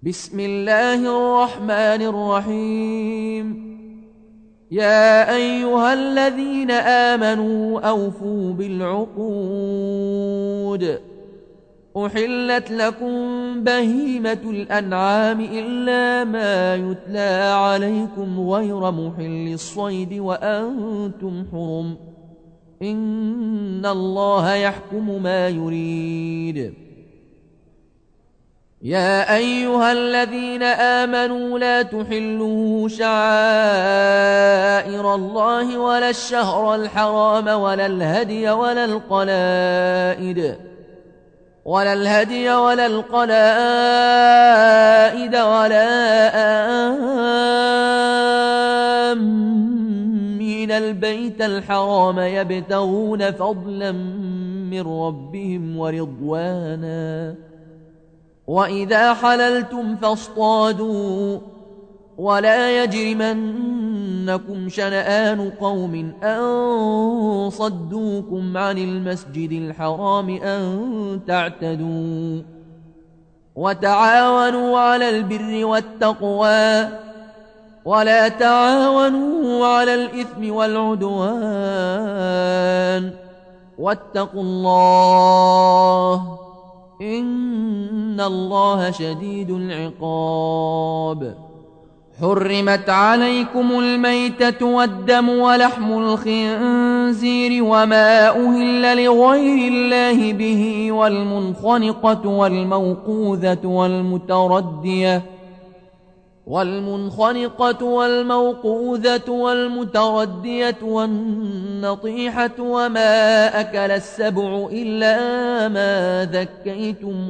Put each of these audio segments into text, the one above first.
بسم الله الرحمن الرحيم. يا أيها الذين آمنوا أوفوا بالعقود. أحلت لكم بهيمة الأنعام إلا ما يتلى عليكم غير محل الصيد وأنتم حرم، إن الله يحكم ما يريد. يا أيها الذين آمنوا لا تحلوا شعائر الله ولا الشهر الحرام ولا الهدي ولا القلائد ولا آمين البيت الحرام يبتغون فضلا من ربهم ورضوانا، وإذا حللتم فاصطادوا، ولا يجرمنكم شنآن قوم أن صدوكم عن المسجد الحرام أن تعتدوا، وتعاونوا على البر والتقوى ولا تعاونوا على الإثم والعدوان، واتقوا الله إن الله شديد العقاب. حرمت عليكم الميتة والدم ولحم الخنزير وما أهل لغير الله به والمنخنقة والموقوذة والمتردية والنطيحة وما أكل السبع إلا ما ذكيتم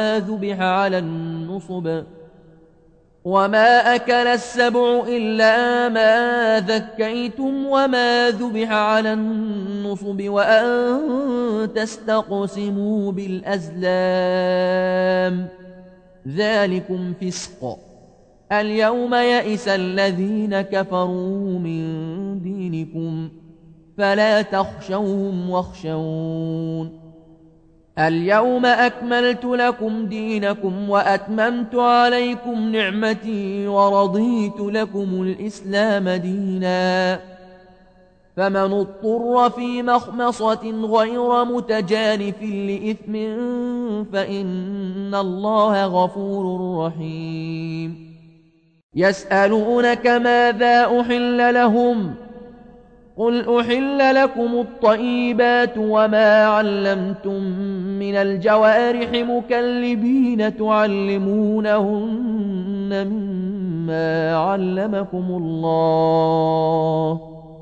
وما ذبح على النصب وأن تستقسموا بالأزلام، ذلكم فسق. اليوم يئس الذين كفروا من دينكم فلا تخشوهم واخشون. اليوم أكملت لكم دينكم وأتممت عليكم نعمتي ورضيت لكم الإسلام دينا، فمن اضطر في مخمصة غير متجانف لإثم فإن الله غفور رحيم. يسألونك ماذا أحل لهم، قل أحل لكم الطيبات وما علمتم من الجوارح مكلبين تعلمونهن مما علمكم الله،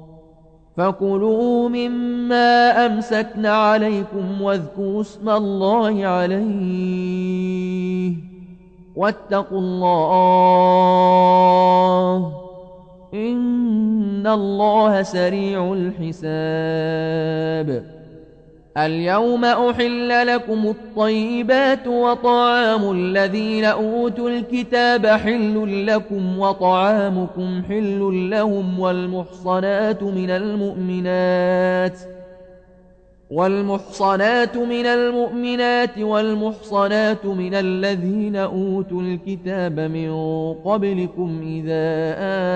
فكلوا مما أمسكن عليكم واذكروا اسم الله عليه، واتقوا الله إن الله سريع الحساب. اليوم أحل لكم الطيبات وطعام الذين أوتوا الكتاب حل لكم وطعامكم حل لهم والمحصنات من المؤمنات والمحصنات من الذين أوتوا الكتاب من قبلكم إذا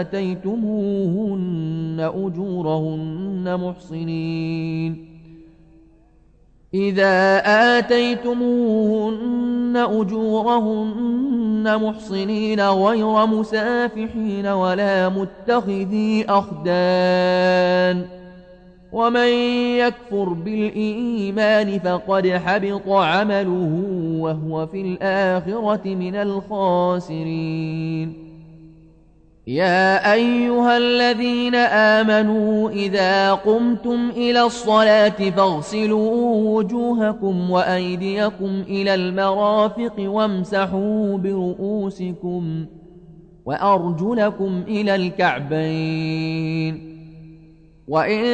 آتيتموهن أجورهن محصنين غير مسافحين ولا متخذي أخدان، ومن يكفر بالإيمان فقد حبط عمله وهو في الآخرة من الخاسرين. يا أيها الذين آمنوا إذا قمتم إلى الصلاة فاغسلوا وجوهكم وأيديكم إلى المرافق وامسحوا برؤوسكم وأرجلكم إلى الكعبين، وإن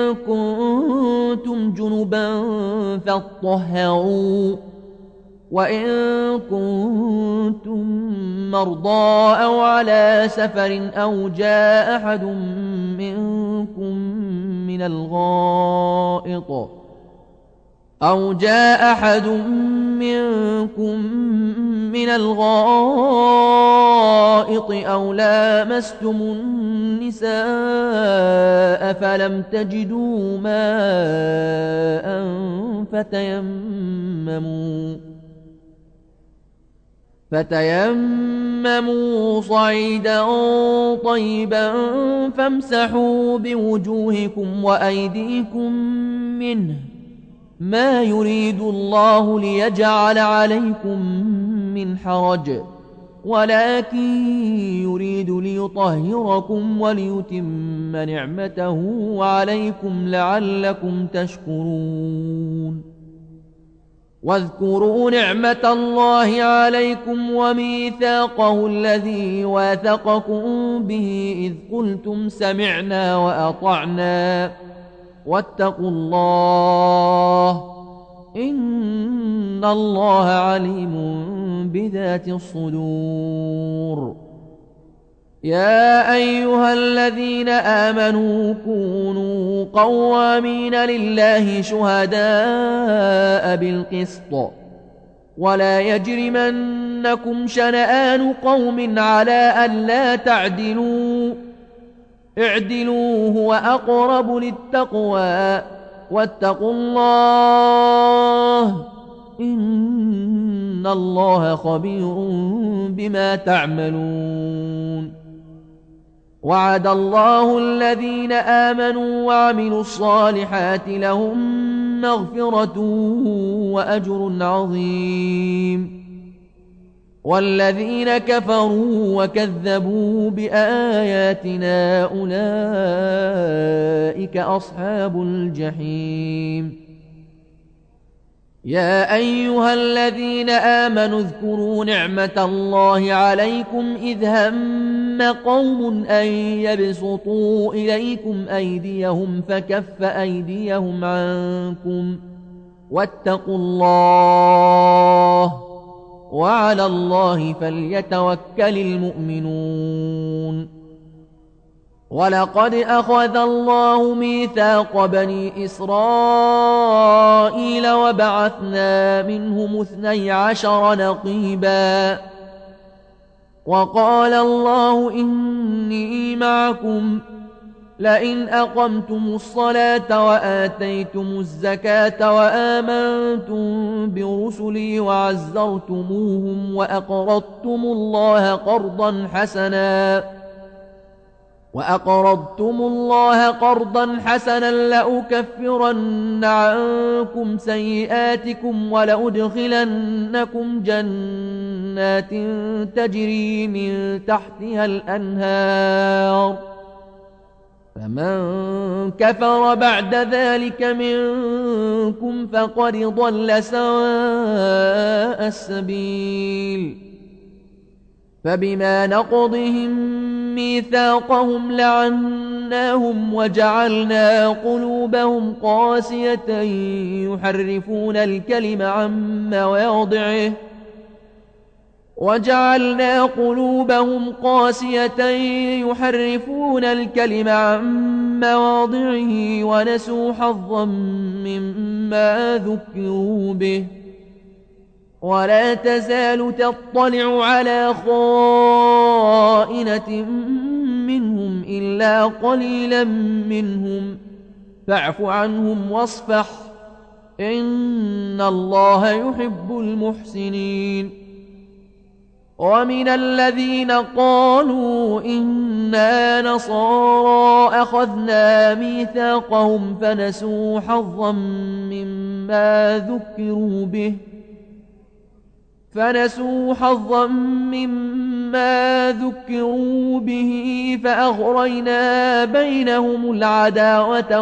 كنتم جنبا فاطهروا، وإن كنتم مرضى أو على سفر أو جاء أحد منكم من الغائط أو جاء أحد منكم من الغائط أو لامستم النساء فلم تجدوا ماء فتيمموا صعيدا طيبا فامسحوا بوجوهكم وأيديكم منه ما يريد الله ليجعل عليكم من حرج ولكن يريد ليطهركم وليتم نعمته عليكم لعلكم تشكرون واذكروا نعمة الله عليكم وميثاقه الذي واثقكم به إذ قلتم سمعنا وأطعنا واتقوا الله إن الله عليم بذات الصدور يا أيها الذين آمنوا كونوا قوامين لله شهداء بالقسط ولا يجرمنكم شنآن قوم على ألا تعدلوا اعدلوا هو أقرب للتقوى واتقوا الله إن الله خبير بما تعملون وعد الله الذين آمنوا وعملوا الصالحات لهم مغفرة وأجر عظيم والذين كفروا وكذبوا بآياتنا أولئك أصحاب الجحيم يا أيها الذين آمنوا اذكروا نعمة الله عليكم إذ هم قوم أن يبسطوا إليكم أيديهم فكف أيديهم عنكم واتقوا الله وعلى الله فليتوكل المؤمنون ولقد أخذ الله ميثاق بني إسرائيل وبعثنا منهم 12 نقيبا وقال الله إني معكم لئن أقمتم الصلاة وآتيتم الزكاة وآمنتم برسلي وعزرتموهم وأقرضتم الله قرضا حسنا لأكفرن عنكم سيئاتكم ولأدخلنكم جنات تجري من تحتها الأنهار فمن كفر بعد ذلك منكم فقد ضل سواء السبيل فبما نقضهم ميثاقهم لعناهم وجعلنا قلوبهم قاسية يحرفون الكلم عن مواضعه ونسوا حظا مما ذكروا به ولا تزال تطلع على خائنة منهم إلا قليلا منهم فاعف عنهم واصفح إن الله يحب المحسنين ومن الذين قالوا إنا نصارى أخذنا ميثاقهم فنسوا حظا مما ذكروا به فأغرينا بينهم العداوة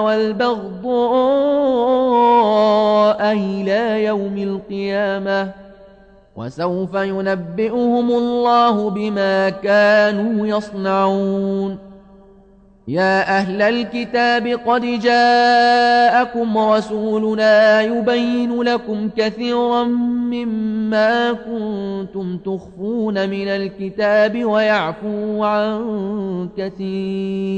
والبغضاء إلى يوم القيامة وسوف ينبئهم الله بما كانوا يصنعون يا أهل الكتاب قد جاءكم رسولنا يبين لكم كثيرا مما كنتم تخفون من الكتاب ويعفو عن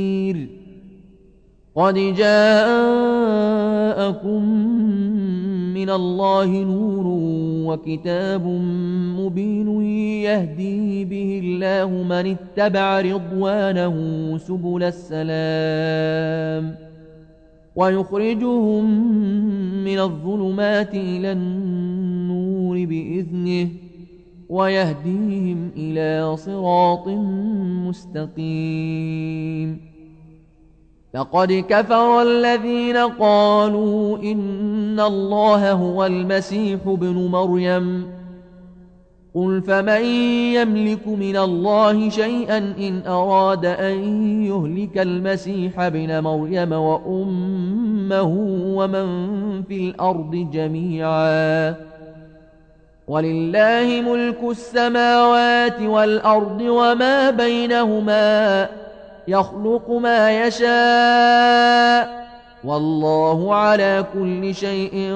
كثير قد جاءكم من الله نور وكتاب مبين يهدي به الله من اتبع رضوانه سبل السلام ويخرجهم من الظلمات إلى النور بإذنه ويهديهم إلى صراط مستقيم. لقد كفر الذين قالوا إن الله هو المسيح ابن مريم قل فمن يملك من الله شيئا إن أراد أن يهلك المسيح ابن مريم وأمه ومن في الأرض جميعا ولله ملك السماوات والأرض وما بينهما يخلق ما يشاء والله على كل شيء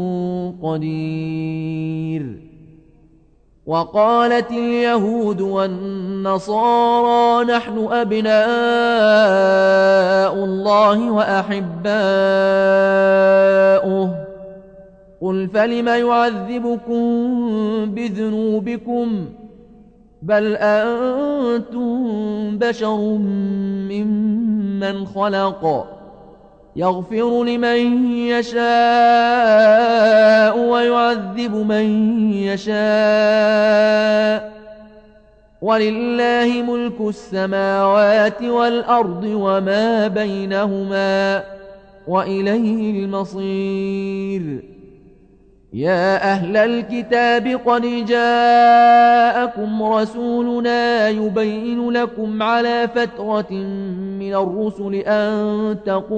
قدير. وقالت اليهود والنصارى نحن أبناء الله وأحباؤه قل فلم يعذبكم بذنوبكم بل أنتم بشر ممن خلق يغفر لمن يشاء ويعذب من يشاء ولله ملك السماوات والأرض وما بينهما وإليه المصير. يا أهل الكتاب قد جاءكم رسولنا يبين لكم على فترة من الرسل أن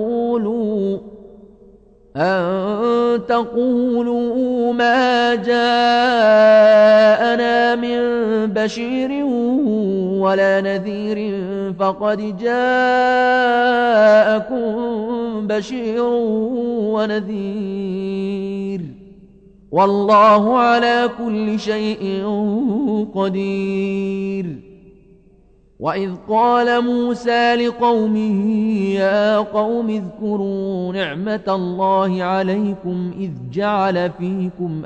تقولوا ما جاءنا من بشير ولا نذير فقد جاءكم بشير ونذير والله على كل شيء قدير. وإذ قال موسى لقومه يا قوم اذكروا نعمة الله عليكم إذ جعل فيكم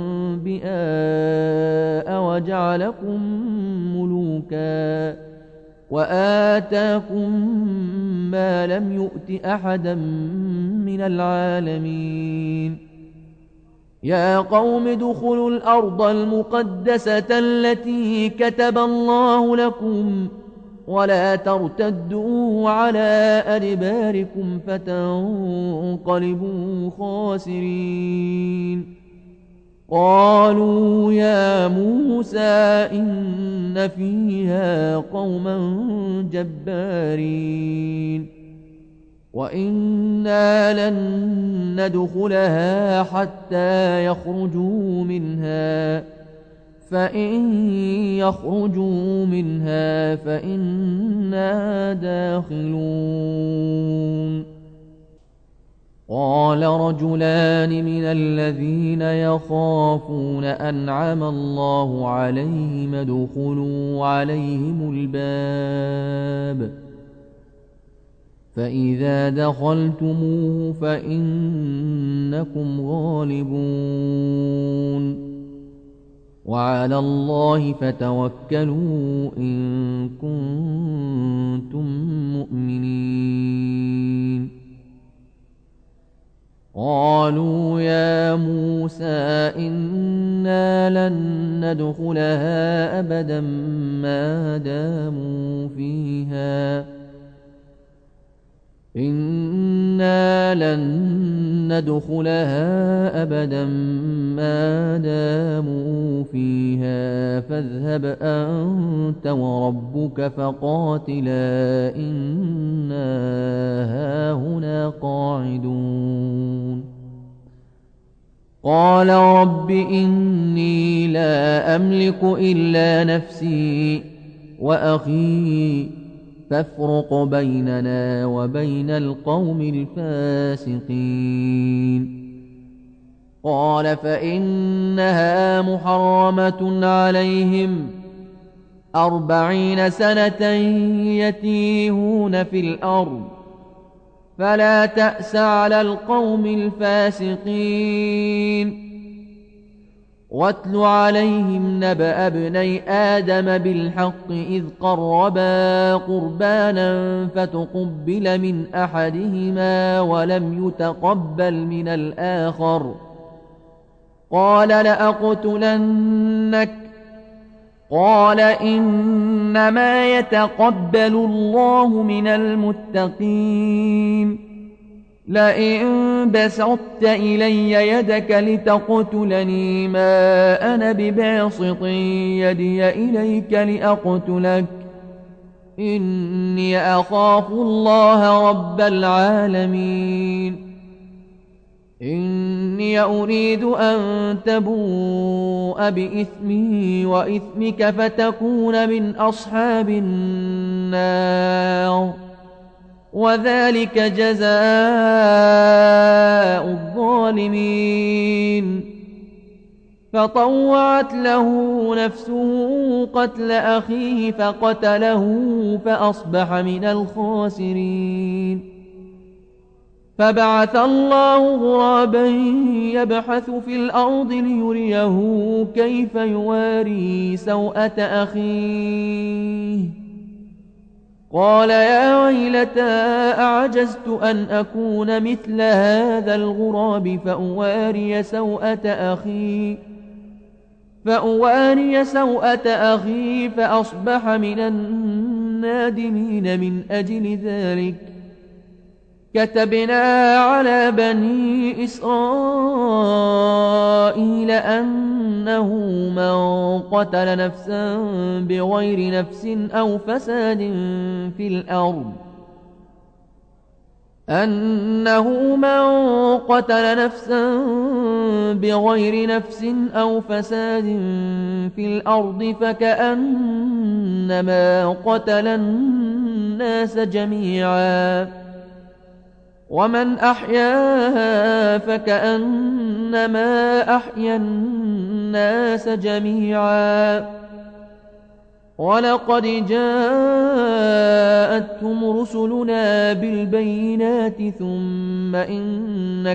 أنبياء وجعلكم ملوكا وآتاكم ما لم يؤت أحدا من العالمين. يا قوم ادخلوا الأرض المقدسة التي كتب الله لكم ولا ترتدوا على أدباركم فتنقلبوا خاسرين. قالوا يا موسى إن فيها قوما جبارين وإنا لن ندخلها حتى يخرجوا منها فإن يخرجوا منها فإنا داخلون. قال رجلان من الذين يخافون أنعم الله عليهم ادخلوا عليهم الباب فإذا دخلتموه فإنكم غالبون وعلى الله فتوكلوا إن كنتم مؤمنين. قالوا يا موسى إنا لن ندخلها أبدا ما داموا فيها إنا لن ندخلها أبدا ما داموا فيها فاذهب أنت وربك فقاتلا إنا هاهنا قاعدون. قال رب إني لا أملك إلا نفسي وأخي فافرق بيننا وبين القوم الفاسقين. قال فإنها محرمة عليهم 40 سنة يتيهون في الأرض فلا تأس على القوم الفاسقين. واتل عليهم نبأ ابني آدم بالحق إذ قربا قربانا فتقبل من أحدهما ولم يتقبل من الآخر قال لأقتلنك قال إنما يتقبل الله من المتقين. لئن بسطت إلي يدك لتقتلني ما أنا بباسط يدي إليك لأقتلك إني أخاف الله رب العالمين. إني أريد أن تبوء بإثمي وإثمك فتكون من أصحاب النار وذلك جزاء الظالمين. فطوعت له نفسه قتل أخيه فقتله فأصبح من الخاسرين. فبعث الله غرابا يبحث في الأرض ليريه كيف يواري سوءة أخيه قال يا ويلتى أعجزت أن أكون مثل هذا الغراب فأواري سوءة أخي فأصبح من النادمين. من أجل ذلك كتبنا على بني إسرائيل أنه من قتل نفسا بغير نفس أو فساد في الأرض فكأنما قتل الناس جميعا ومن أحياها فكأنما أحيا الناس جميعا. ولقد جاءتهم رسلنا بالبينات ثم إن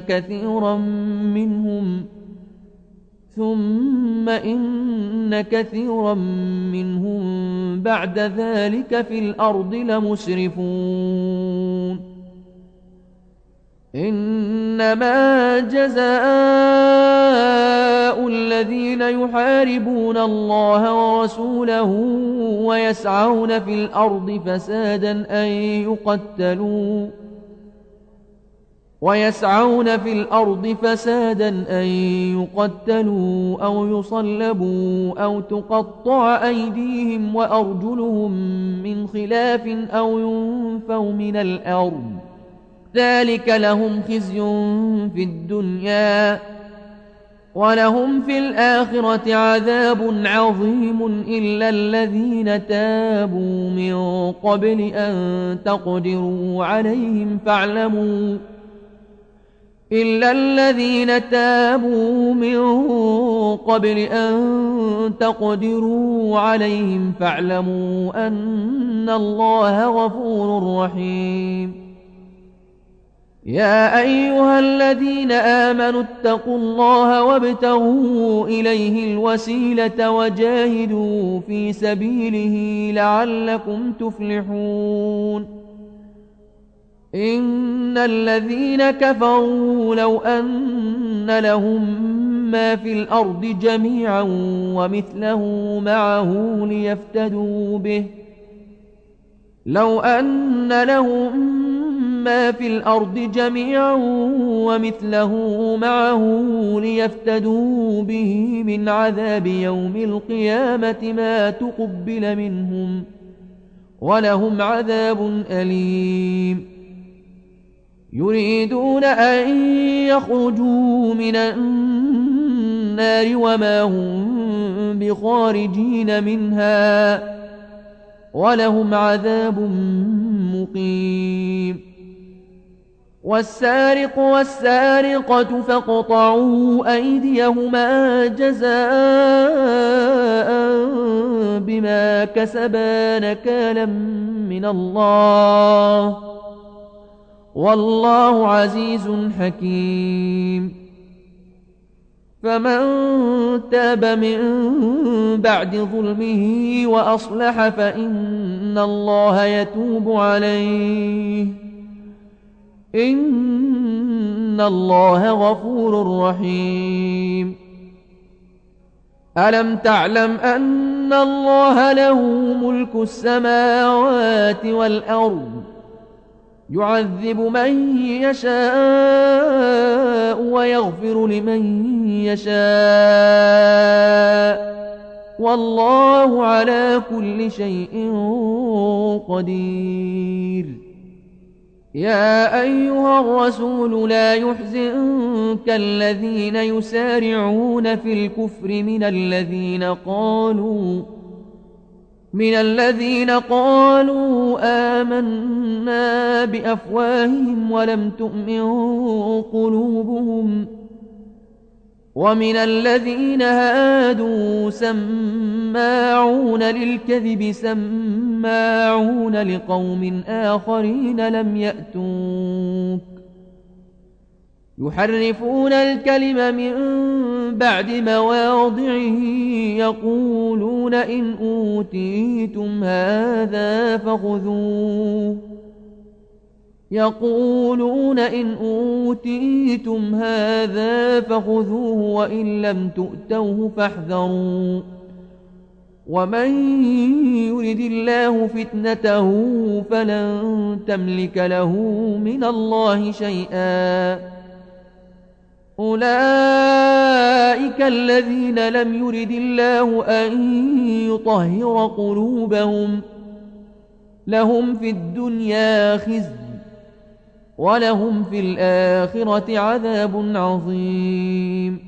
كثيرا منهم بعد ذلك في الأرض لمسرفون. إنما جزاء الذين يحاربون الله ورسوله ويسعون في الأرض فسادا أن يقتلوا أو يصلبوا أو تقطع أيديهم وأرجلهم من خلاف أو ينفوا من الأرض ذلك لهم خزي في الدنيا ولهم في الآخرة عذاب عظيم. إلا الذين تابوا من قبل أن تقدروا عليهم فاعلموا أن الله غفور رحيم. يا أيها الذين آمنوا اتقوا الله وابتغوا إليه الوسيلة وجاهدوا في سبيله لعلكم تفلحون. إن الذين كفروا لو أن لهم ما في الأرض جميعا ومثله معه ليفتدوا به من عذاب يوم القيامة ما تقبل منهم ولهم عذاب أليم. يريدون أن يخرجوا من النار وما هم بخارجين منها ولهم عذاب مقيم. والسارق والسارقة فاقطعوا أيديهما جزاء بما كسبا نكالا من الله والله عزيز حكيم. فمن تاب من بعد ظلمه وأصلح فإن الله يتوب عليه إن الله غفور رحيم. ألم تعلم أن الله له ملك السماوات والأرض يعذب من يشاء ويغفر لمن يشاء والله على كل شيء قدير. يا أيها الرسول لا يحزنك الذين يسارعون في الكفر من الذين قالوا آمنا بأفواههم ولم تؤمن قلوبهم ومن الذين هادوا سماعون للكذب سماعون لقوم آخرين لم يأتوك يحرفون الكلم من بعد مواضعه يقولون إن أوتيتم هذا فخذوه وإن لم تؤتوه فاحذروا ومن يرد الله فتنته فلن تملك له من الله شيئا. أولئك الذين لم يرد الله أن يطهر قلوبهم لهم في الدنيا خزي ولهم في الآخرة عذاب عظيم.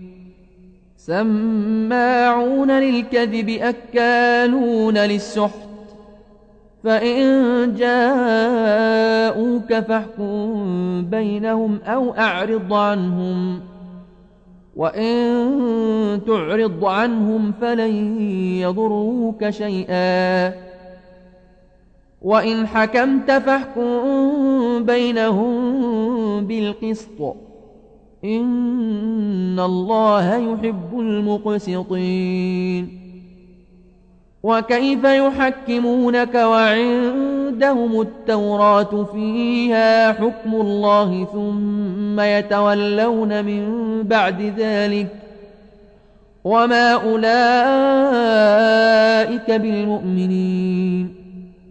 سماعون للكذب أكالون للسحت فإن جاءوك فاحكم بينهم أو أعرض عنهم وإن تعرض عنهم فلن يضروك شيئا وإن حكمت فاحكم بينهم بالقسط إن الله يحب المقسطين. وكيف يحكمونك وعندهم التوراة فيها حكم الله ثم يتولون من بعد ذلك وما أولئك بالمؤمنين.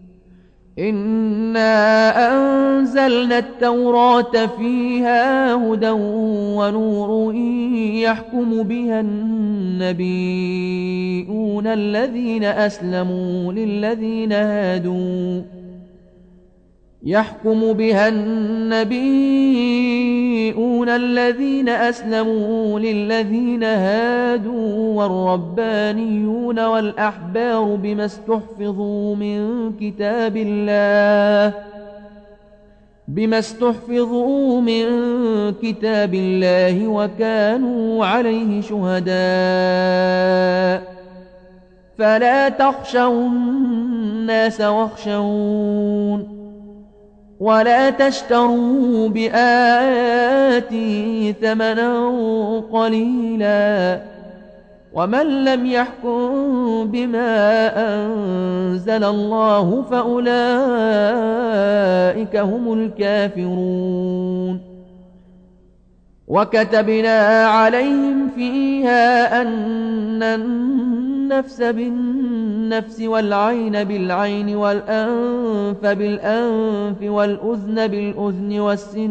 إنا أنزلنا التوراة فيها هدى ونور يحكم بها النبيون الذين أسلموا للذين هادوا والربانيون والأحبار بما استحفظوا من كتاب الله وكانوا عليه شهداء فلا تخشوا الناس واخشون ولا تشتروا بآياتي ثمنا قليلا ومن لم يحكم بما أنزل الله فأولئك هم الكافرون. وكتبنا عليهم فيها أن النفس بالنفس والعين بالعين والأنف بالأنف والأذن بالأذن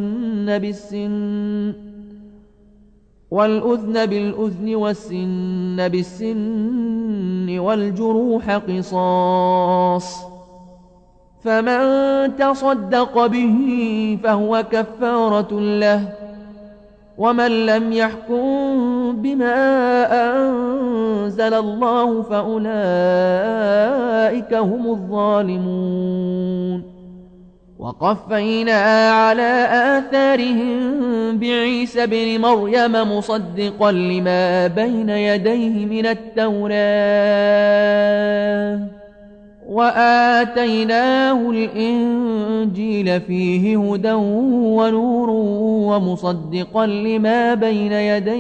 والسن بالسن والجروح قصاص فمن تصدق به فهو كفارة له ومن لم يحكم بما أنزل الله فأولئك هم الظالمون. وقفينا على آثارهم بعيسى ابن مريم مصدقا لما بين يديه من التوراة وآتيناه الإنجيل فيه هدى ونور ومصدقا لما بين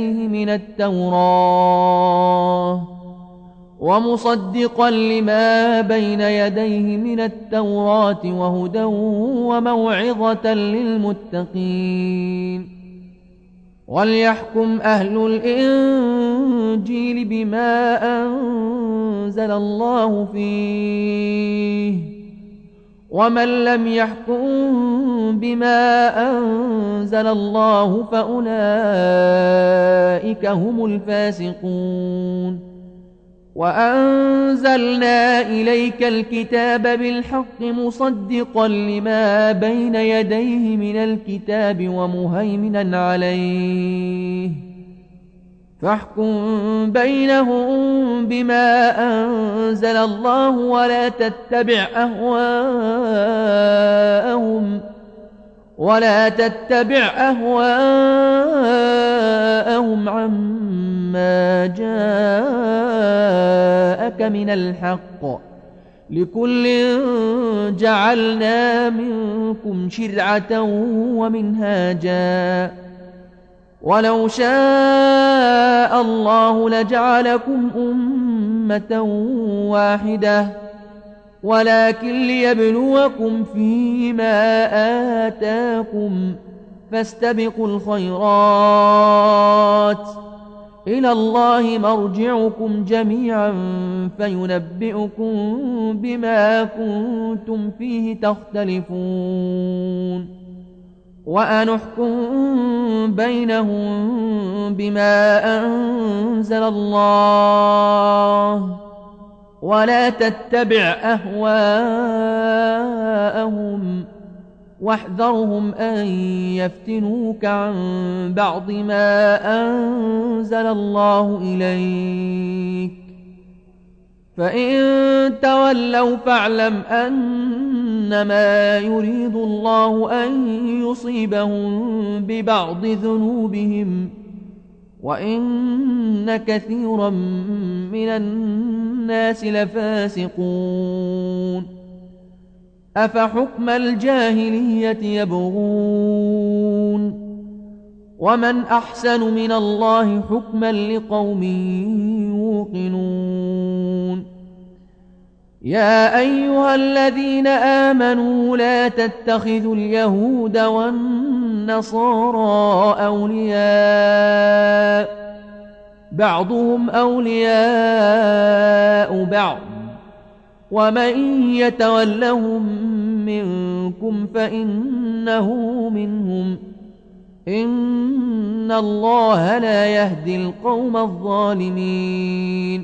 يديه من التوراة وهدى وموعظة للمتقين وليحكم أهل الإنجيل بما أنزل الله فيه ومن لم يحكم بما أنزل الله فأولئك هم الفاسقون وأنزلنا إليك الكتاب بالحق مصدقا لما بين يديه من الكتاب ومهيمنا عليه فاحكم بينهم بما أنزل الله ولا تتبع أهواءهم عما جاءك من الحق لكل جعلنا منكم شرعة ومنهاجا ولو شاء الله لجعلكم أمة واحدة ولكن ليبلوكم فيما آتاكم فاستبقوا الخيرات إلى الله مرجعكم جميعا فينبئكم بما كنتم فيه تختلفون وأنحكم بينهم بما أنزل الله ولا تتبع أهواءهم واحذرهم أن يفتنوك عن بعض ما أنزل الله إليك فإن تولوا فاعلم أنما يريد الله أن يصيبهم ببعض ذنوبهم وإن كثيرا من الناس لفاسقون أفحكم الجاهلية يبغون ومن أحسن من الله حكما لقوم يوقنون يا أيها الذين آمنوا لا تتخذوا اليهود والنصارى أولياء بعضهم أولياء بعض ومن يتولهم منكم فإنه منهم إن الله لا يهدي القوم الظالمين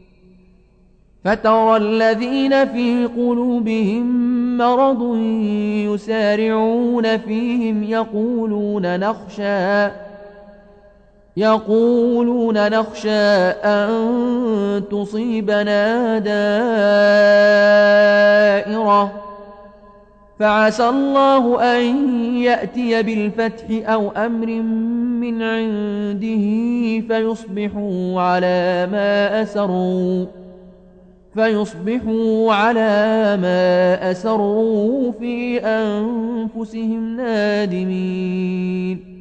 فترى الذين في قلوبهم مرض يسارعون فيهم يقولون نخشى أن تصيبنا دائرة فعسى الله أن يأتي بالفتح أو أمر من عنده فيصبحوا على ما أسروا في أنفسهم نادمين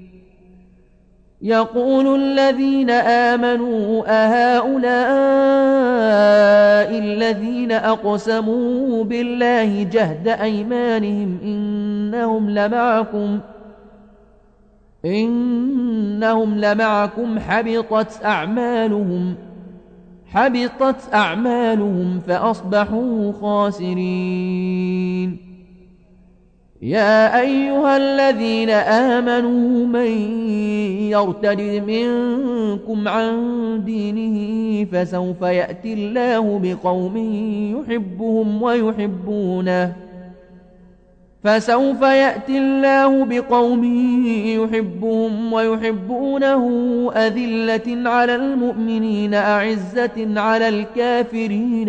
يقول الذين آمنوا أهؤلاء الذين أقسموا بالله جهد أيمانهم إنهم لمعكم حبطت أعمالهم فأصبحوا خاسرين يا أيها الذين آمنوا من يرتد منكم عن دينه فسوف يأتي الله بقوم يحبهم ويحبونه أذلة على المؤمنين أعزة على الكافرين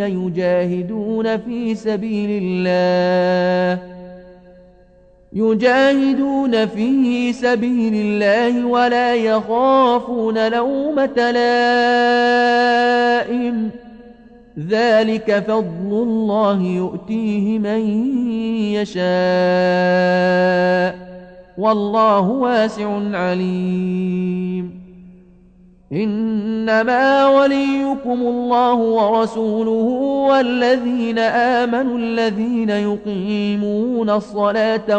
يجاهدون في سبيل الله ولا يخافون لومة لائم ذلك فضل الله يؤتيه من يشاء والله واسع عليم. إنما وليكم الله ورسوله والذين آمنوا الذين يقيمون الصلاة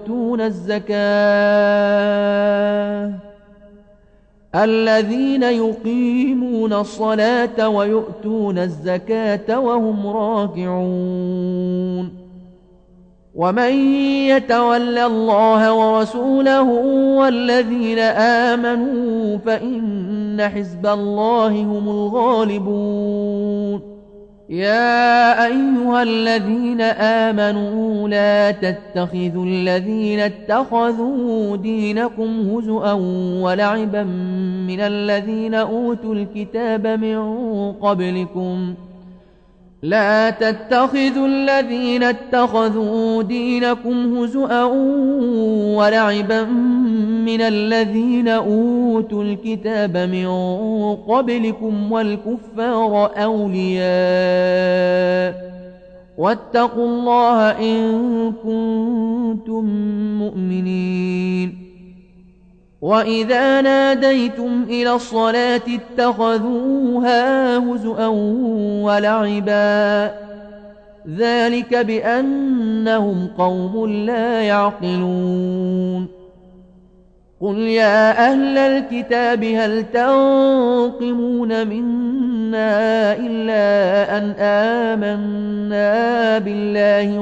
ويؤتون الزكاة وهم راكعون. ومن يتول الله ورسوله والذين آمنوا فإن حزب الله هم الغالبون. يا أيها الذين آمنوا لا تتخذوا الذين اتخذوا دينكم هزؤا ولعبا من الذين أوتوا الكتاب من قبلكم والكفار أولياء واتقوا الله إن كنتم مؤمنين. وإذا ناديتم إلى الصلاة اتخذوها هزؤا ولعبا ذلك بأنهم قوم لا يعقلون. قل يا أهل الكتاب هل تنقمون منا إلا أن آمنا بالله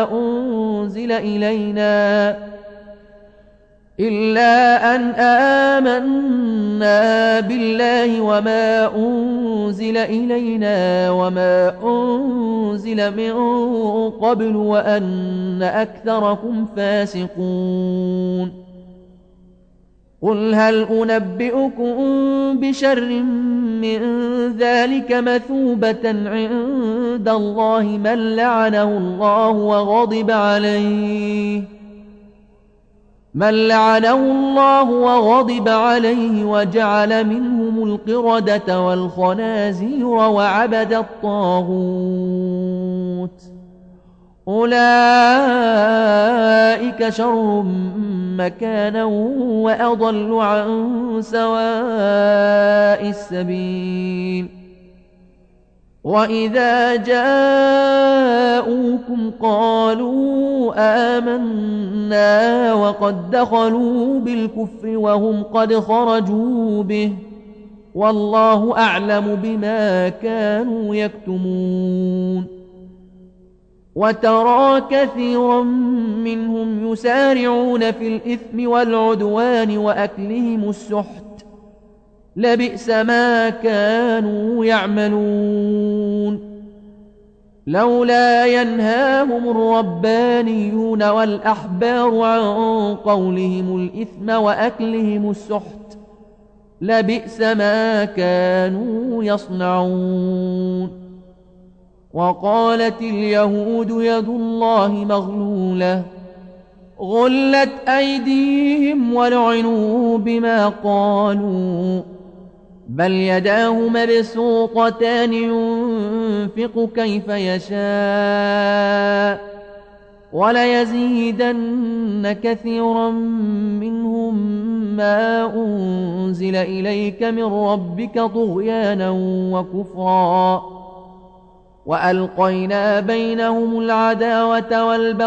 وما أنزل إلينا وما أنزل من قبل وأن أكثركم فاسقون. قل هل أنبئكم بشر من ذلك مثوبة عند الله من لعنه الله وغضب عليه وجعل منهم القردة والخنازير وعبد الطاغوت أولئك شر مكانا وأضل عن سواء السبيل. وإذا جاءوكم قالوا آمنا وقد دخلوا بالكفر وهم قد خرجوا به والله أعلم بما كانوا يكتمون. وترى كثيرا منهم يسارعون في الإثم والعدوان وأكلهم السحت لبئس ما كانوا يعملون. لولا ينهاهم الربانيون والأحبار عن قولهم الإثم وأكلهم السحت لبئس ما كانوا يصنعون. وقالت اليهود يد الله مغلولة غلت أيديهم ولعنوا بما قالوا بل يداه مبسوطتان ينفق كيف يشاء وليزيدن كثيرا منهم ما أنزل إليك من ربك طغيانا وكفرا وألقينا بينهم العداوة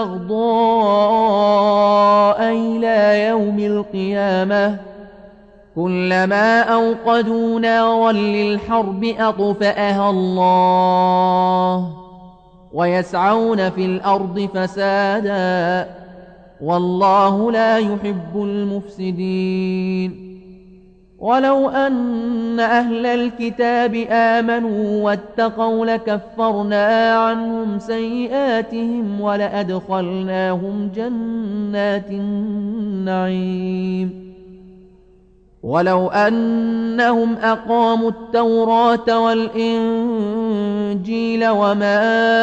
والبغضاء إلى يوم القيامة كلما أوقدوا نارا للحرب أطفأها الله ويسعون في الأرض فسادا والله لا يحب المفسدين. ولو أن أهل الكتاب آمنوا واتقوا لكفرنا عنهم سيئاتهم ولأدخلناهم جنات النعيم. ولو أنهم أقاموا التوراة والإنجيل وما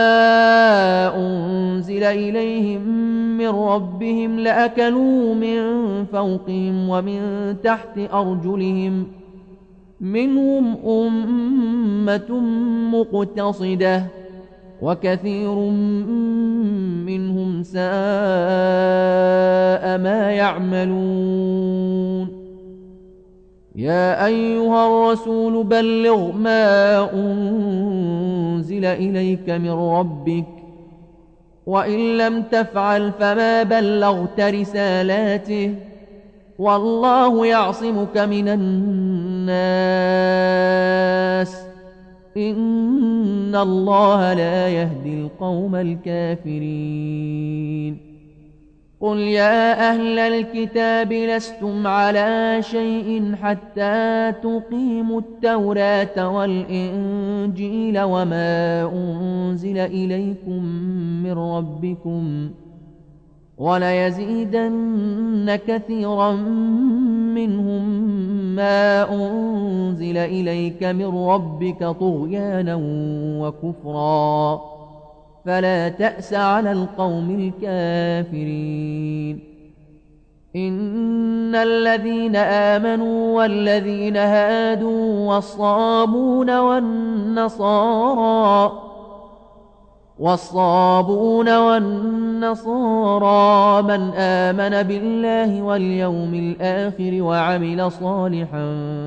أنزل إليهم من ربهم لأكلوا من فوقهم ومن تحت أرجلهم منهم أمة مقتصدة وكثير منهم ساء ما يعملون يا أيها الرسول بلغ ما أنزل إليك من ربك وإن لم تفعل فما بلغت رسالاته والله يعصمك من الناس إن الله لا يهدي القوم الكافرين قل يا أهل الكتاب لستم على شيء حتى تقيموا التوراة والإنجيل وما أنزل إليكم من ربكم وليزيدن كثيرا منهم ما أنزل إليك من ربك طغيانا وكفرا فلا تأس على القوم الكافرين إن الذين آمنوا والذين هادوا والصابون والنصارى من آمن بالله واليوم الآخر وعمل صالحا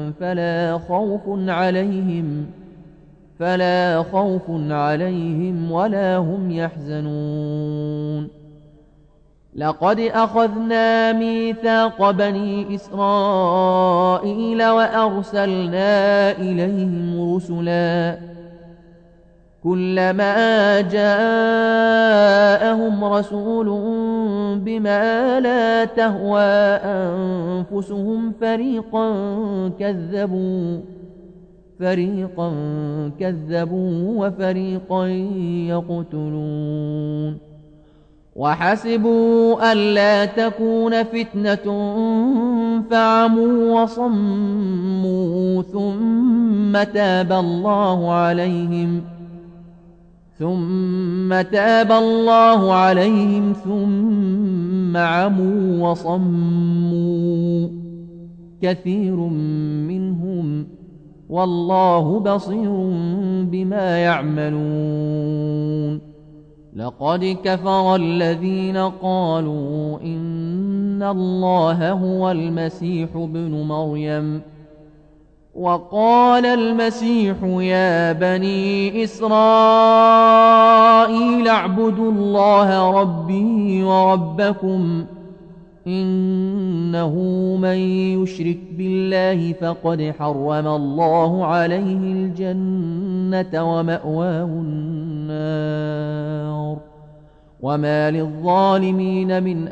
فلا خوف عليهم ولا هم يحزنون لقد أخذنا ميثاق بني إسرائيل وأرسلنا إليهم رسلا كلما جاءهم رسول بما لا تهوى أنفسهم فريقا كذبوا وفريقا يقتلون وحسبوا ألا تكون فتنة فعموا وصموا ثم تاب الله عليهم ثم عموا وصموا كثير منهم والله بصير بما يعملون لقد كفر الذين قالوا إن الله هو المسيح ابن مريم وقال المسيح يا بني إسرائيل اعبدوا الله ربي وربكم إنه من يشرك بالله فقد حرم الله عليه الجنة ومأواه النار وما للظالمين من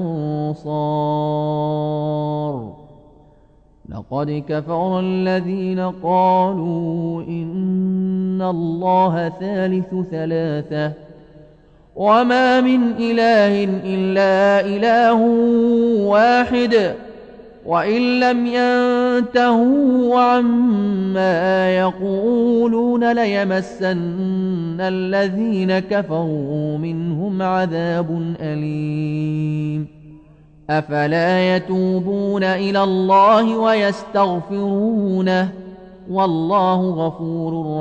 أنصار لقد كفر الذين قالوا إن الله ثالث ثلاثة وما من إله إلا إله واحد وإن لم ينتهوا عما يقولون ليمسن الذين كفروا منهم عذاب أليم أفلا يتوبون إلى الله ويستغفرونه والله غفور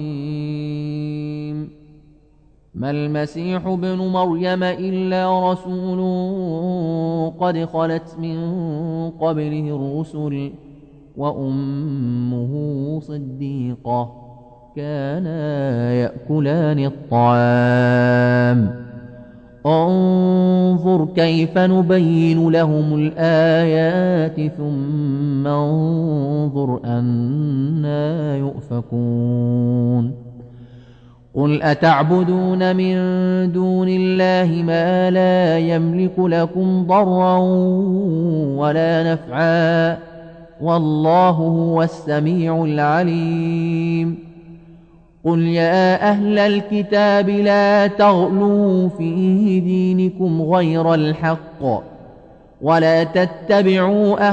رحيم ما المسيح ابن مريم إلا رسول قد خلت من قبله الرسل وأمه صديقة كانا يأكلان الطعام انظر كيف نبين لهم الآيات ثم انظر أنا يؤفكون قل أتعبدون من دون الله ما لا يملك لكم ضرا ولا نفعا والله هو السميع العليم قل يا أهل الكتاب لا تغلوا في دينكم غير الحق ولا تتبعوا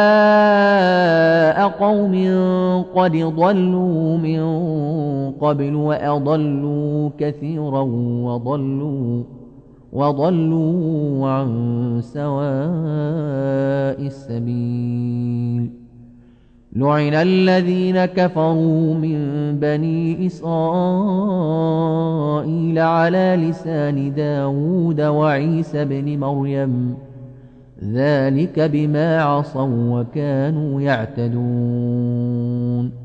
أهواء قوم قد ضلوا من قبل وأضلوا كثيرا وضلوا عن سواء السبيل لعن الذين كفروا من بني إسرائيل على لسان داود وعيسى بن مريم ذلك بما عصوا وكانوا يعتدون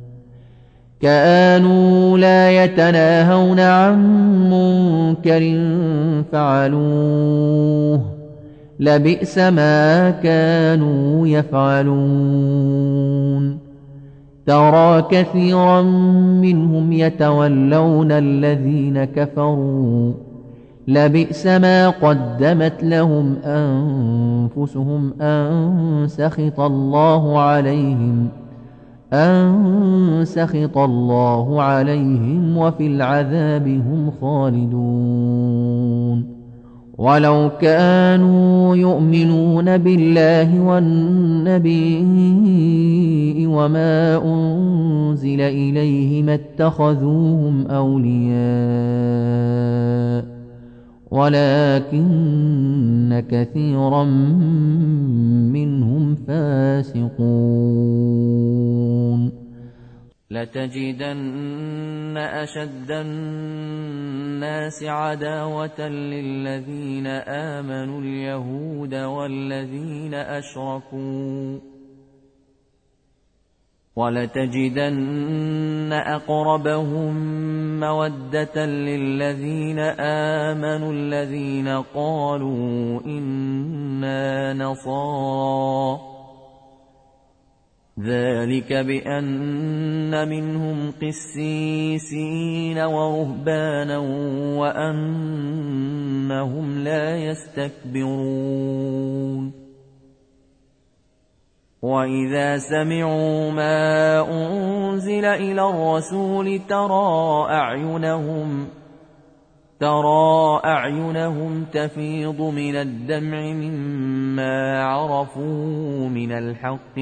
كانوا لا يتناهون عن منكر فعلوه لبئس ما كانوا يفعلون ترى كثيرا منهم يتولون الذين كفروا لبئس ما قدمت لهم أنفسهم أن سخط الله عليهم وفي العذاب هم خالدون ولو كانوا يؤمنون بالله والنبي وما أنزل إليه ما اتخذوهم أولياء ولكن كثيرا منهم فاسقون لتجدن أشد الناس عداوة للذين آمنوا اليهود والذين أشركوا ولتجدن أقربهم مودة للذين آمنوا الذين قالوا إنا نصارى ذلك بأن منهم قسيسين ورهبانا وأنهم لا يستكبرون وإذا سمعوا ما أنزل إلى الرسول ترى أعينهم تفيض من الدمع مما عرفوا من الحق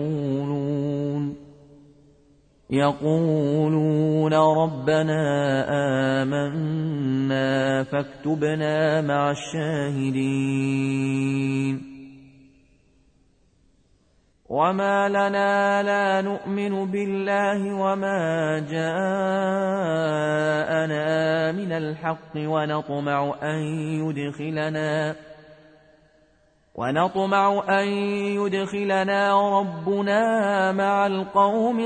يقولون ربنا آمنا فاكتبنا مع الشاهدين وما لنا لا نؤمن بالله وما جاءنا من الحق ونطمع أن يدخلنا ربنا مع القوم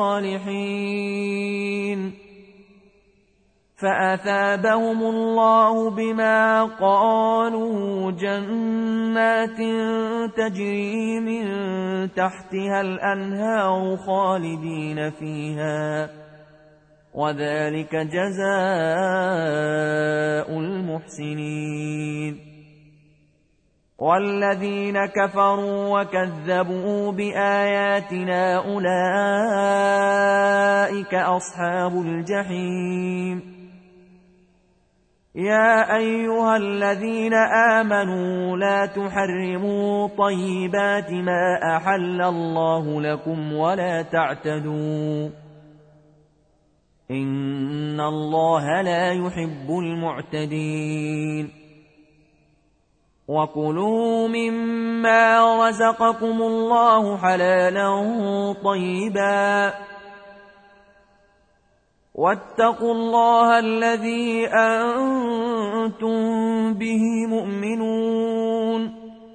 الصالحين فأثابهم الله بما قالوا جنات تجري من تحتها الأنهار خالدين فيها وذلك جزاء المحسنين والذين كفروا وكذبوا بآياتنا أولئك أصحاب الجحيم يا أيها الذين آمنوا لا تحرموا طيبات ما أحل الله لكم ولا تعتدوا إن الله لا يحب المعتدين وكلوا مما رزقكم الله حلالا طيبا واتقوا الله الذي أنتم به مؤمنون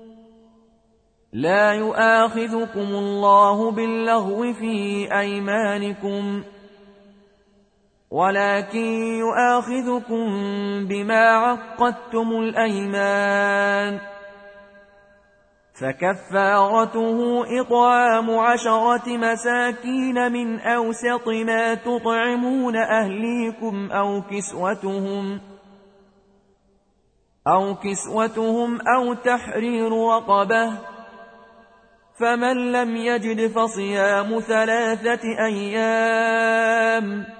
لا يؤاخذكم الله باللغو في أيمانكم ولكن يؤاخذكم بما عقدتم الأيمان فكفارته إطعام 10 مساكين من أوسط ما تطعمون أهليكم أو كسوتهم أو تحرير رقبة فمن لم يجد فصيام 3 أيام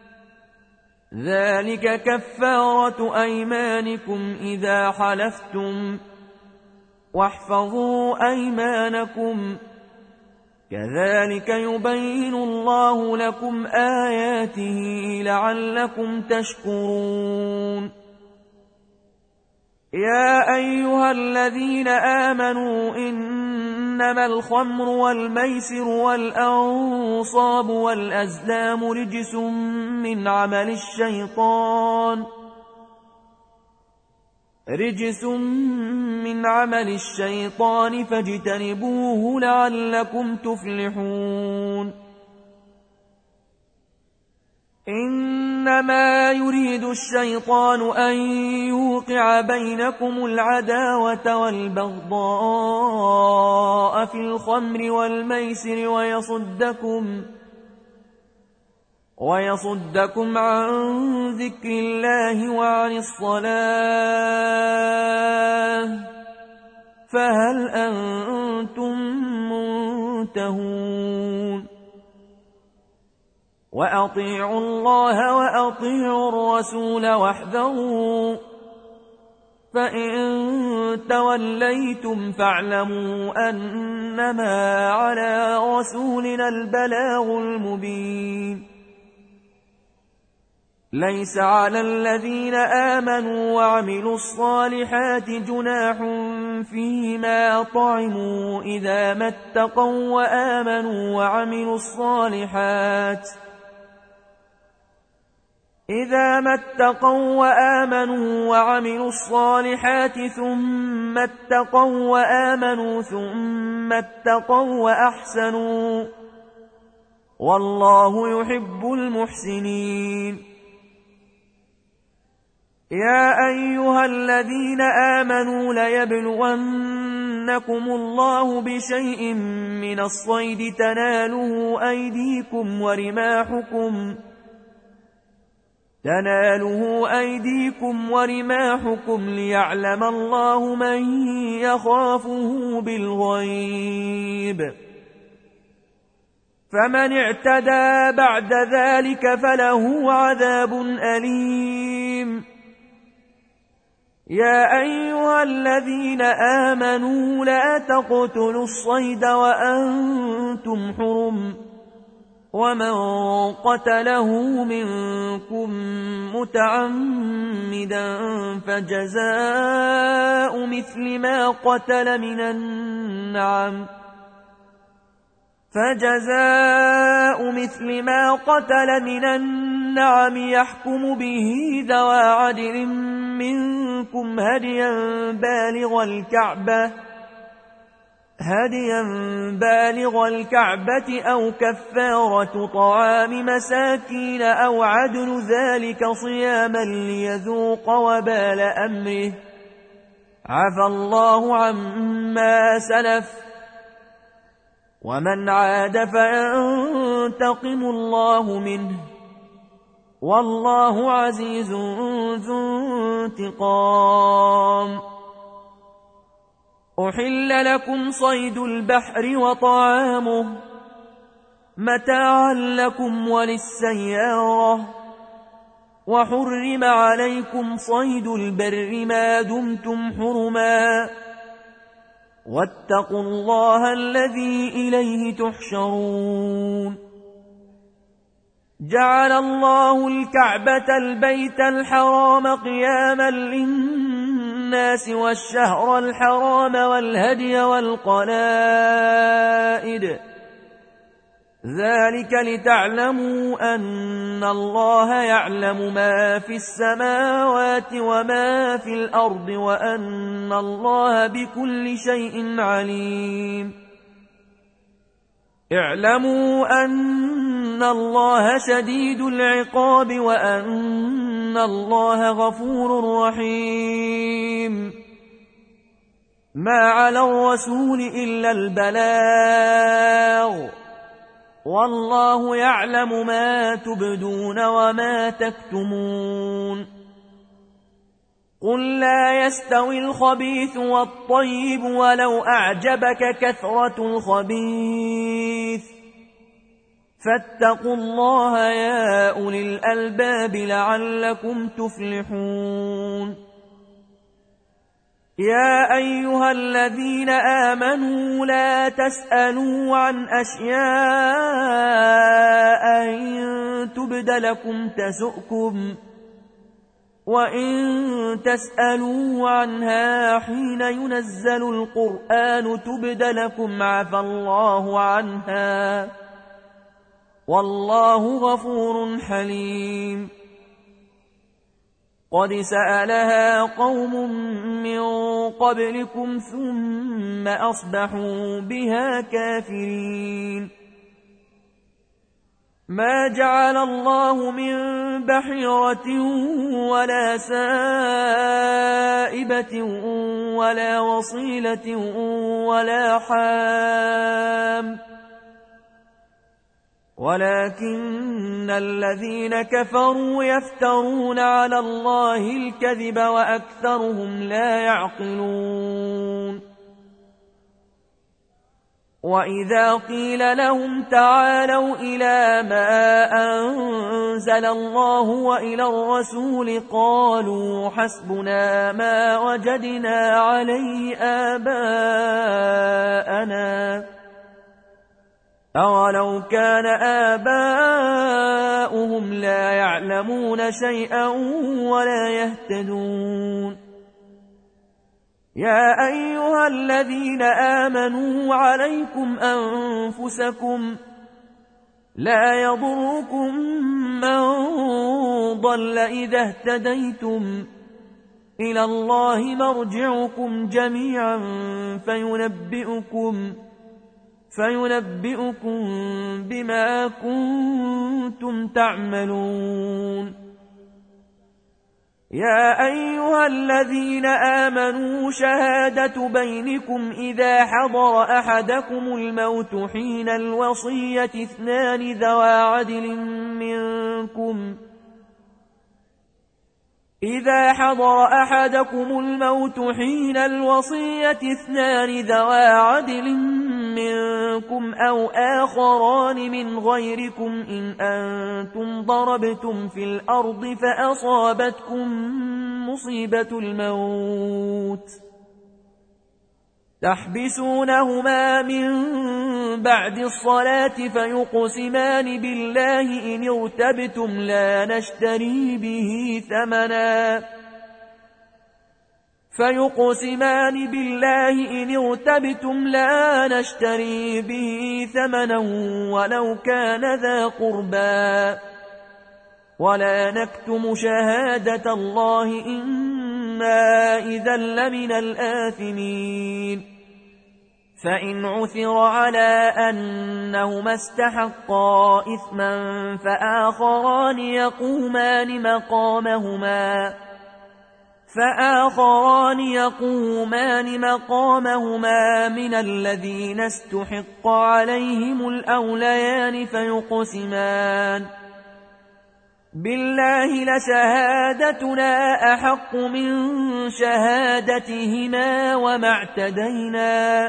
ذلك كفارة أيمانكم إذا حلفتم واحفظوا أيمانكم كذلك يبين الله لكم آياته لعلكم تشكرون يا أيها الذين آمنوا إن إنما الخمر والميسر والأنصاب والأزلام رجس من عمل الشيطان فاجتنبوه لعلكم تفلحون إنما يريد الشيطان أن يوقع بينكم العداوة والبغضاء في الخمر والميسر ويصدكم عن ذكر الله وعن الصلاة فهل أنتم منتهون وأطيعوا الله وأطيعوا الرسول واحذروا فإن توليتم فاعلموا أنما على رسولنا البلاغ المبين ليس على الذين آمنوا وعملوا الصالحات جناح فيما طعموا إذا ما اتقوا وآمنوا وعملوا الصالحات ثم اتقوا وآمنوا ثم اتقوا وأحسنوا والله يحب المحسنين يا أيها الذين آمنوا ليبلونكم الله بشيء من الصيد تناله أيديكم ورماحكم ليعلم الله من يخافه بالغيب فمن اعتدى بعد ذلك فله عذاب أليم يا أيها الذين آمنوا لا تقتلوا الصيد وأنتم حرم ومن قتله منكم متعمدا فجزاء مثل ما قتل من النعم يحكم به ذوى عدل منكم هديا بالغ الكعبة أو كفارة طعام مساكين أو عدل ذلك صياما ليذوق وبال أمره عفى الله عما سلف ومن عاد فينتقم الله منه والله عزيز ذو انتقام أحل لكم صيد البحر وطعامه متاعا لكم وللسيارة وحرم عليكم صيد البر ما دمتم حرما واتقوا الله الذي إليه تحشرون جعل الله الكعبة البيت الحرام قياما للناس والشهر الحرام والهدي والقلائد ذلك لتعلموا أن الله يعلم ما في السماوات وما في الأرض وأن الله بكل شيء عليم اعلموا أن الله شديد العقاب وأن الله غفور رحيم ما على الرسول إلا البلاغ والله يعلم ما تبدون وما تكتمون قل لا يستوي الخبيث والطيب ولو أعجبك كثرة الخبيث فاتقوا الله يا أولي الألباب لعلكم تفلحون يا أيها الذين آمنوا لا تسألوا عن أشياء إن تبد لكم تسؤكم وإن تسألوا عنها حين ينزل القرآن تبد لكم عفى الله عنها والله غفور حليم. قد سألها قوم من قبلكم ثم أصبحوا بها كافرين. ما جعل الله من بحيرة ولا سائبة ولا وصيلة ولا حام ولكن الذين كفروا يفترون على الله الكذب وأكثرهم لا يعقلون. وإذا قيل لهم تعالوا إلى ما أنزل الله وإلى الرسول قالوا حسبنا ما وجدنا عليه آباءنا أولو كان آباؤهم لا يعلمون شيئا ولا يهتدون. يا أيها الذين آمنوا عليكم أنفسكم لا يضركم من ضل إذا اهتديتم إلى الله مرجعكم جميعا فينبئكم بما كنتم تعملون. يا أيها الذين آمنوا شهادة بينكم إذا حضر أحدكم الموت حين الوصية اثنان ذوى عدل منكم أو آخران من غيركم إن أنتم ضربتم في الأرض فأصابتكم مصيبة الموت تحبسونهما من بعد الصلاة فيقسمان بالله إن ارتبتم لا نشتري به ثمنا ولو كان ذا قربى ولا نكتم شهادة الله إنا إذا لمن الآثمين. فإن عثر على أنهما استحقا إثما فآخران يقومان مقامهما من الذين استحق عليهم الأوليان فيقسمان بالله لشهادتنا أحق من شهادتهما وما اعتدينا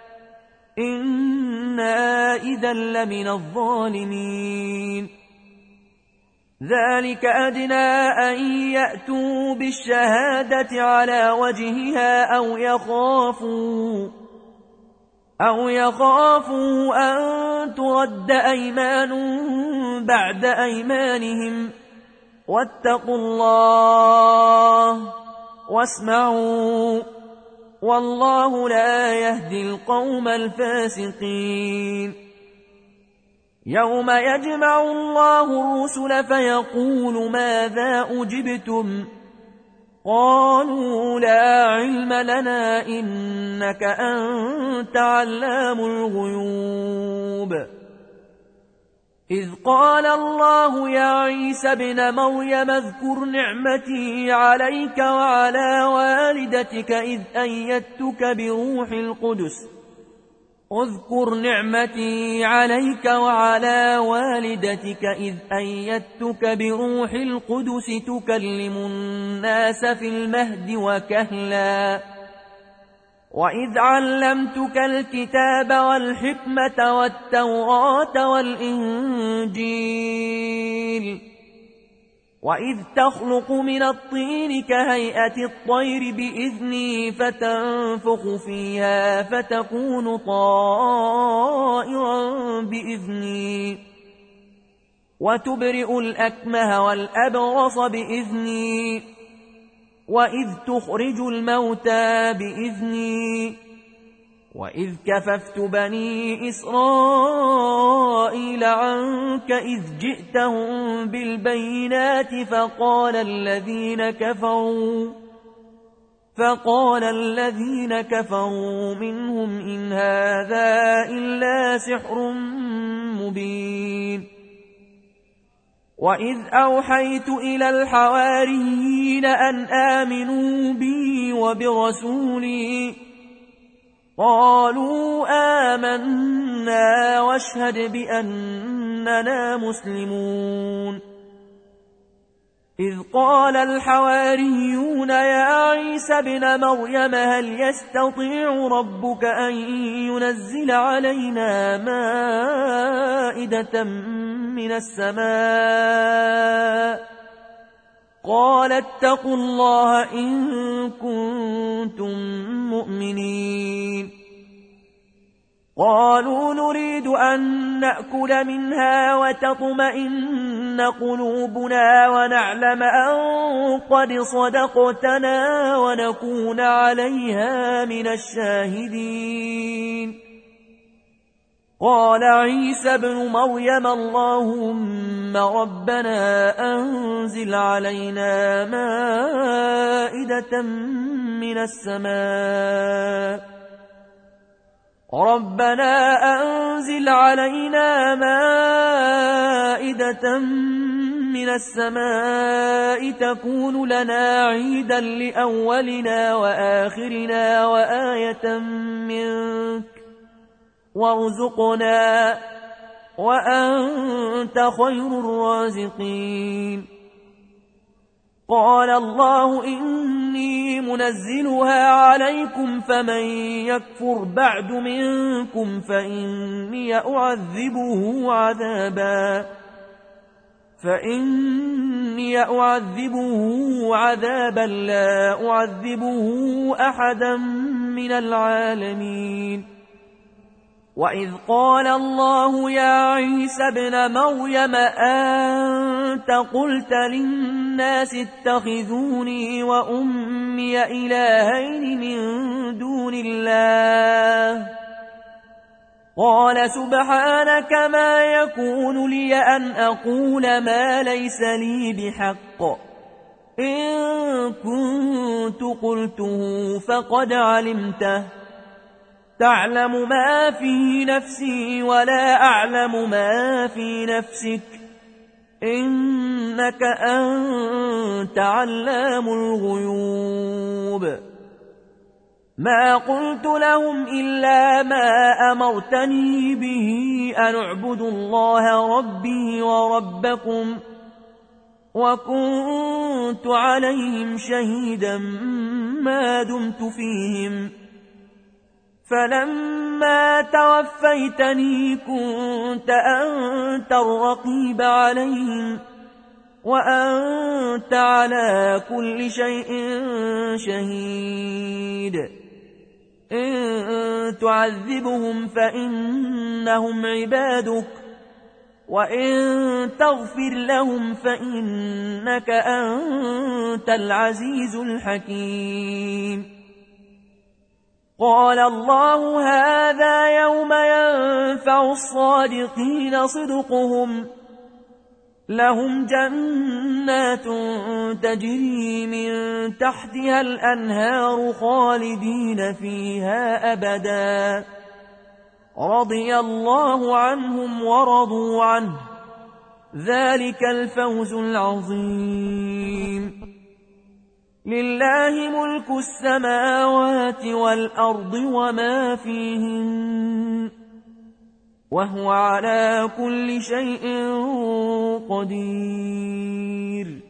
إنا إذا لمن الظالمين. ذلك أدنى أن يأتوا بالشهادة على وجهها أو يخافوا أن ترد أيمان بعد أيمانهم واتقوا الله واسمعوا والله لا يهدي القوم الفاسقين. يوم يجمع الله الرسل فيقول ماذا أجبتم قالوا لا علم لنا إنك أنت علام الغيوب. إذ قال الله يا عيسى ابن مريم اذكر نعمتي عليك وعلى والدتك إذ أيدتك بروح القدس تكلم الناس في المهد وكهلا وإذ علمتك الكتاب والحكمة والتوراة والإنجيل وإذ تخلق من الطين كهيئة الطير بإذني فتنفخ فيها فتكون طائرا بإذني وتبرئ الأكمه والأبرص بإذني وإذ تخرج الموتى بإذني وإذ كففت بني إسرائيل عنك إذ جئتهم بالبينات فقال الذين كفروا منهم إن هذا إلا سحر مبين وإذ أوحيت إلى الحواريين أن آمنوا بي وبرسولي قالوا آمنا واشهد بأننا مسلمون إذ قال الحواريون يا عيسى ابن مريم هل يستطيع ربك أن ينزل علينا مائدة من السماء قال اتقوا الله إن كنتم مؤمنين قالوا نريد أن نأكل منها وتطمئن قلوبنا ونعلم أن قد صدقتنا ونكون عليها من الشاهدين قال عيسى ابن مريم اللهم ربنا أنزل علينا مائدة من السماء ربنا أنزل علينا مائدة من السماء تكون لنا عيدا لأولنا وآخرنا وآية منك وارزقنا وأنت خير الرازقين قال الله إني منزلها عليكم فمن يكفر بعد منكم فإني أعذبه عذابا لا أعذبه أحدا من العالمين وإذ قال الله يا عيسى ابن مريم أنت قلت للناس اتخذوني وأمي إلهين من دون الله قال سبحانك ما يكون لي أن أقول ما ليس لي بحق إن كنت قلته فقد علمته تعلم ما في نفسي ولا أعلم ما في نفسك إنك أنت علام الغيوب ما قلت لهم إلا ما أمرتني به أن اعبدوا الله ربي وربكم وكنت عليهم شهيدا ما دمت فيهم فلما توفيتني كنت أنت الرقيب عليهم وأنت على كل شيء شهيد إن تعذبهم فإنهم عبادك وإن تغفر لهم فإنك أنت العزيز الحكيم قال الله هذا يوم ينفع الصادقين صدقهم لهم جنات تجري من تحتها الأنهار خالدين فيها أبدا رضي الله عنهم ورضوا عنه ذلك الفوز العظيم لله ملك السماوات والأرض وما فيهن وهو على كل شيء قدير